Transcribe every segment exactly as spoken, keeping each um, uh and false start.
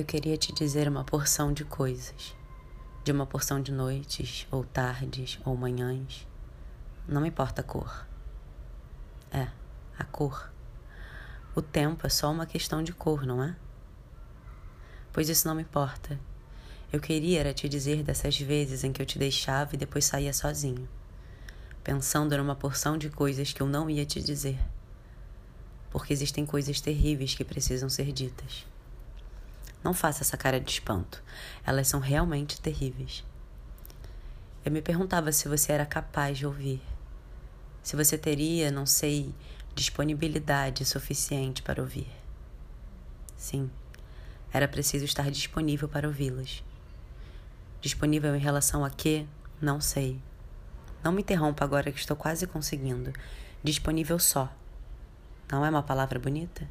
Eu queria te dizer uma porção de coisas, de uma porção de noites, ou tardes, ou manhãs. Não me importa a cor. É, a cor. O tempo é só uma questão de cor, não é? Pois isso não me importa. Eu queria era te dizer dessas vezes em que eu te deixava e depois saía sozinho, pensando numa porção de coisas que eu não ia te dizer, porque existem coisas terríveis que precisam ser ditas. Não faça essa cara de espanto. Elas são realmente terríveis. Eu me perguntava se você era capaz de ouvir. Se você teria, não sei, disponibilidade suficiente para ouvir. Sim, era preciso estar disponível para ouvi-las. Disponível em relação a quê? Não sei. Não me interrompa agora que estou quase conseguindo. Disponível só. Não é uma palavra bonita?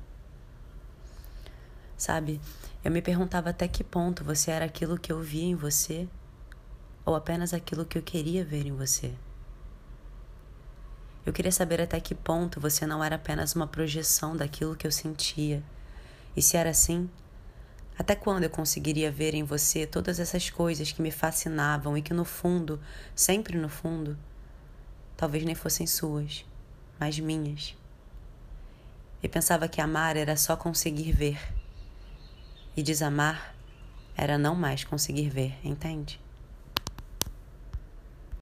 Sabe, eu me perguntava até que ponto você era aquilo que eu via em você ou apenas aquilo que eu queria ver em você. Eu queria saber até que ponto você não era apenas uma projeção daquilo que eu sentia. E se era assim, até quando eu conseguiria ver em você todas essas coisas que me fascinavam e que no fundo, sempre no fundo, talvez nem fossem suas, mas minhas. E pensava que amar era só conseguir ver. E desamar era não mais conseguir ver, entende?